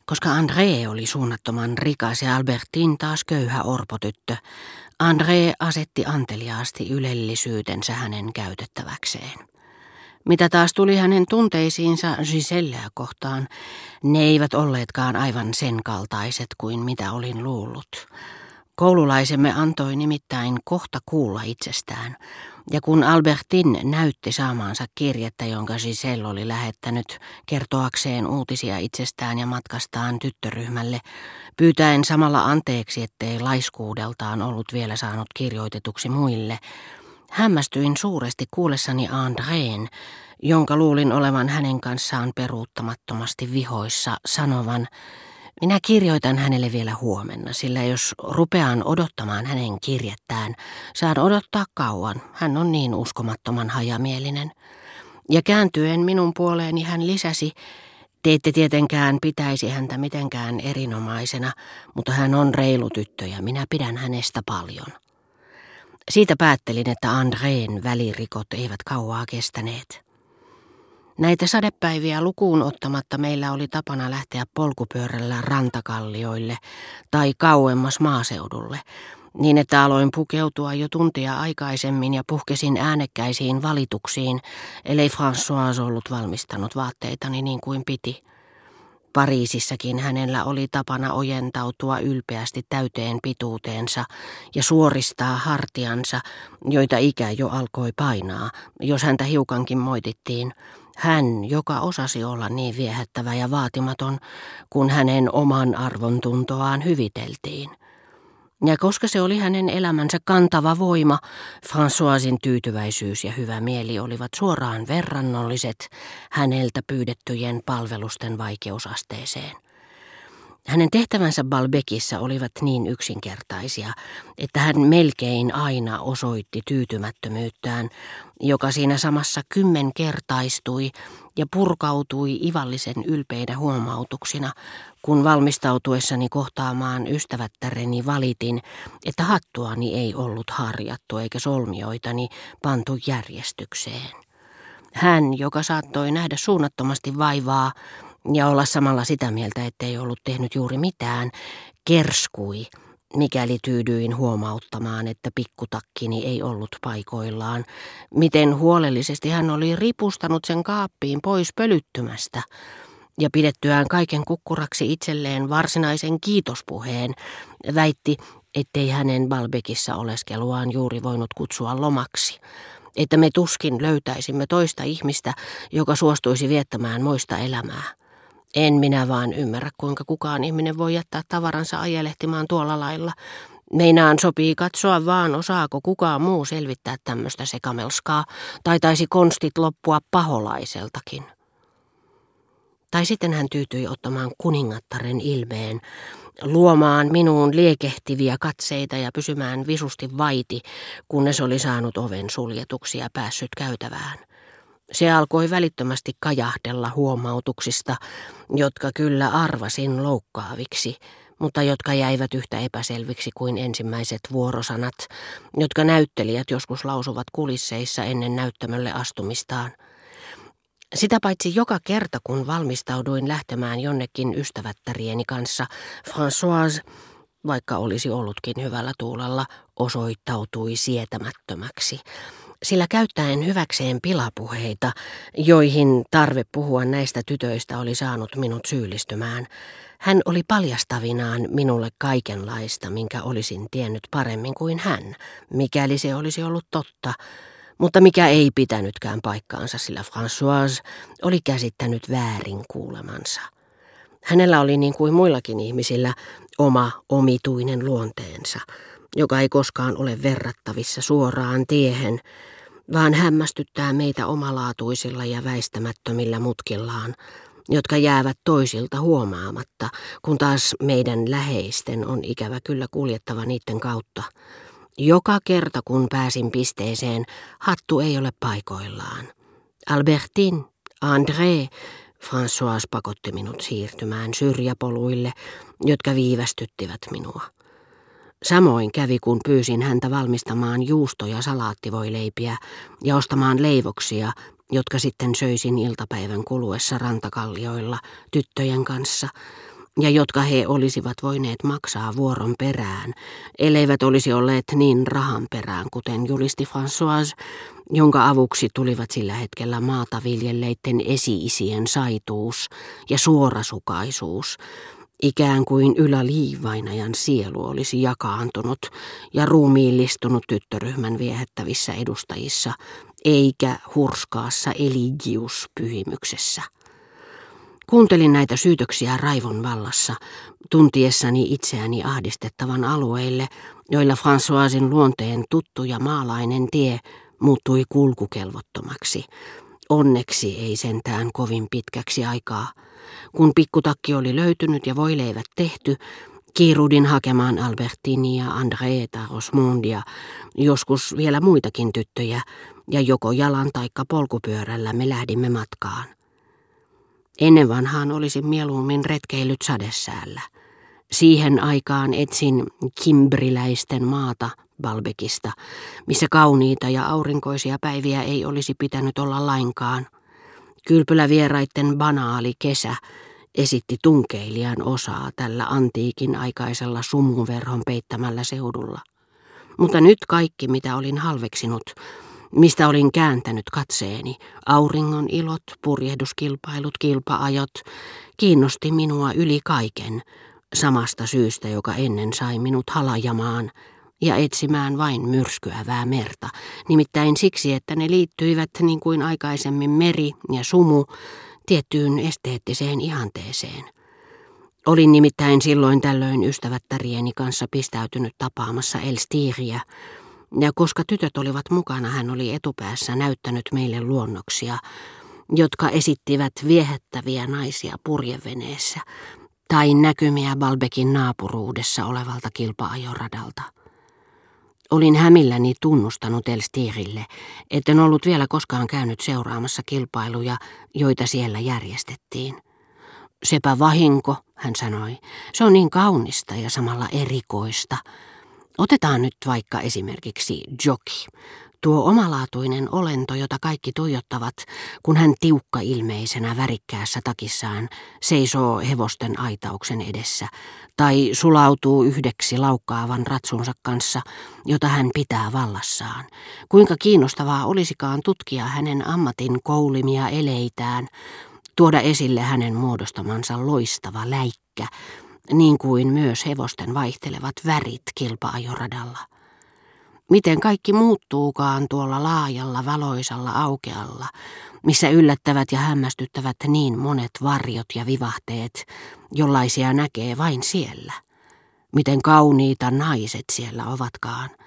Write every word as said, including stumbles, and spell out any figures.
Koska André oli suunnattoman rikas ja Albertine taas köyhä orpotyttö, André asetti anteliaasti ylellisyytensä hänen käytettäväkseen. Mitä taas tuli hänen tunteisiinsa Giselleä kohtaan, ne eivät olleetkaan aivan sen kaltaiset kuin mitä olin luullut. Koululaisemme antoi nimittäin kohta kuulla itsestään, ja kun Albertine näytti saamaansa kirjettä, jonka Giselle oli lähettänyt kertoakseen uutisia itsestään ja matkastaan tyttöryhmälle, pyytäen samalla anteeksi, ettei laiskuudeltaan ollut vielä saanut kirjoitetuksi muille, hämmästyin suuresti kuullessani Andrén, jonka luulin olevan hänen kanssaan peruuttamattomasti vihoissa, sanovan: minä kirjoitan hänelle vielä huomenna, sillä jos rupean odottamaan hänen kirjettään, saan odottaa kauan. Hän on niin uskomattoman hajamielinen. Ja kääntyen minun puoleeni hän lisäsi: te ette tietenkään pitäisi häntä mitenkään erinomaisena, mutta hän on reilu tyttö ja minä pidän hänestä paljon. Siitä päättelin, että Andrén välirikot eivät kauaa kestäneet. Näitä sadepäiviä lukuun ottamatta meillä oli tapana lähteä polkupyörällä rantakallioille tai kauemmas maaseudulle, niin että aloin pukeutua jo tuntia aikaisemmin ja puhkesin äänekkäisiin valituksiin, ellei François ollut valmistanut vaatteitani niin kuin piti. Pariisissakin hänellä oli tapana ojentautua ylpeästi täyteen pituuteensa ja suoristaa hartiansa, joita ikä jo alkoi painaa, jos häntä hiukankin moitittiin. Hän, joka osasi olla niin viehättävä ja vaatimaton, kun hänen oman arvontuntoaan hyviteltiin. Ja koska se oli hänen elämänsä kantava voima, Françoisin tyytyväisyys ja hyvä mieli olivat suoraan verrannolliset häneltä pyydettyjen palvelusten vaikeusasteeseen. Hänen tehtävänsä Balbekissa olivat niin yksinkertaisia, että hän melkein aina osoitti tyytymättömyyttään, joka siinä samassa kymmenkertaistui ja purkautui ivallisen ylpeinä huomautuksina, kun valmistautuessani kohtaamaan ystävättäreni valitin, että hattuani ei ollut harjattu eikä solmioitani pantu järjestykseen. Hän, joka saattoi nähdä suunnattomasti vaivaa ja olla samalla sitä mieltä, ettei ollut tehnyt juuri mitään, kerskui, mikäli tyydyin huomauttamaan, että pikkutakkini ei ollut paikoillaan, miten huolellisesti hän oli ripustanut sen kaappiin pois pölyttymästä, ja pidettyään kaiken kukkuraksi itselleen varsinaisen kiitospuheen, väitti, ettei hänen Balbekissa oleskeluaan juuri voinut kutsua lomaksi, että me tuskin löytäisimme toista ihmistä, joka suostuisi viettämään moista elämää. En minä vaan ymmärrä, kuinka kukaan ihminen voi jättää tavaransa ajelehtimaan tuolla lailla. Meinaan sopii katsoa vaan, osaako kukaan muu selvittää tämmöistä sekamelskaa, tai taisi konstit loppua paholaiseltakin. Tai sitten hän tyytyi ottamaan kuningattaren ilmeen, luomaan minuun liekehtiviä katseita ja pysymään visusti vaiti, kunnes oli saanut oven suljetuksi ja päässyt käytävään. Se alkoi välittömästi kajahdella huomautuksista, jotka kyllä arvasin loukkaaviksi, mutta jotka jäivät yhtä epäselviksi kuin ensimmäiset vuorosanat, jotka näyttelijät joskus lausuvat kulisseissa ennen näyttämölle astumistaan. Sitä paitsi joka kerta, kun valmistauduin lähtemään jonnekin ystävättärieni kanssa, François, vaikka olisi ollutkin hyvällä tuulella, osoittautui sietämättömäksi, sillä käyttäen hyväkseen pilapuheita, joihin tarve puhua näistä tytöistä oli saanut minut syyllistymään, hän oli paljastavinaan minulle kaikenlaista, minkä olisin tiennyt paremmin kuin hän, mikäli se olisi ollut totta, mutta mikä ei pitänytkään paikkaansa, sillä François oli käsittänyt väärin kuulemansa. Hänellä oli niin kuin muillakin ihmisillä oma omituinen luonteensa, joka ei koskaan ole verrattavissa suoraan tiehen, vaan hämmästyttää meitä omalaatuisilla ja väistämättömillä mutkillaan, jotka jäävät toisilta huomaamatta, kun taas meidän läheisten on ikävä kyllä kuljettava niiden kautta. Joka kerta kun pääsin pisteeseen, hattu ei ole paikoillaan. Albertine, André, François pakotti minut siirtymään syrjäpoluille, jotka viivästyttivät minua. Samoin kävi, kun pyysin häntä valmistamaan juusto- ja salaattivoileipiä ja ostamaan leivoksia, jotka sitten söisin iltapäivän kuluessa rantakallioilla tyttöjen kanssa, ja jotka he olisivat voineet maksaa vuoron perään, elleivät olisi olleet niin rahan perään, kuten julisti Françoise, jonka avuksi tulivat sillä hetkellä maata viljelleiden esi-isien saituus ja suorasukaisuus, ikään kuin yläliivainajan sielu olisi jakaantunut ja ruumiillistunut tyttöryhmän viehättävissä edustajissa, eikä hurskaassa Eligius-pyhimyksessä. Kuuntelin näitä syytöksiä raivon vallassa, tuntiessani itseäni ahdistettavan alueille, joilla Françoisin luonteen tuttu ja maalainen tie muuttui kulkukelvottomaksi. Onneksi ei sentään kovin pitkäksi aikaa. Kun pikkutakki oli löytynyt ja voileivät tehty, kiirudin hakemaan Albertinia, Andreeta, Rosmondia, joskus vielä muitakin tyttöjä, ja joko jalan taikka polkupyörällä me lähdimme matkaan. Ennen vanhaan olisin mieluummin retkeillyt sadesäällä. Siihen aikaan etsin kimbriläisten maata Balbekista, missä kauniita ja aurinkoisia päiviä ei olisi pitänyt olla lainkaan. Kylpylävieraitten banaali kesä esitti tunkeilijan osaa tällä antiikin aikaisella sumuverhon peittämällä seudulla. Mutta nyt kaikki, mitä olin halveksinut, mistä olin kääntänyt katseeni, auringon ilot, purjehduskilpailut, kilpaajot, kiinnosti minua yli kaiken, samasta syystä, joka ennen sai minut halajamaan ja etsimään vain myrskyävää merta, nimittäin siksi, että ne liittyivät niin kuin aikaisemmin meri ja sumu tiettyyn esteettiseen ihanteeseen. Olin nimittäin silloin tällöin ystävättärieni kanssa pistäytynyt tapaamassa Elstiriä, ja koska tytöt olivat mukana, hän oli etupäässä näyttänyt meille luonnoksia, jotka esittivät viehättäviä naisia purjeveneessä tai näkymiä Balbekin naapuruudessa olevalta kilpa-ajoradalta. Olin hämilläni tunnustanut Elstirille, etten ollut vielä koskaan käynyt seuraamassa kilpailuja, joita siellä järjestettiin. Sepä vahinko, hän sanoi, se on niin kaunista ja samalla erikoista. Otetaan nyt vaikka esimerkiksi joki, tuo omalaatuinen olento, jota kaikki tuijottavat, kun hän tiukka-ilmeisenä värikkäässä takissaan seisoo hevosten aitauksen edessä tai sulautuu yhdeksi laukkaavan ratsunsa kanssa, jota hän pitää vallassaan. Kuinka kiinnostavaa olisikaan tutkia hänen ammatin koulimia eleitään, tuoda esille hänen muodostamansa loistava läikkä, niin kuin myös hevosten vaihtelevat värit kilpa-ajoradalla. Miten kaikki muuttuukaan tuolla laajalla valoisalla aukealla, missä yllättävät ja hämmästyttävät niin monet varjot ja vivahteet, jollaisia näkee vain siellä. Miten kauniita naiset siellä ovatkaan.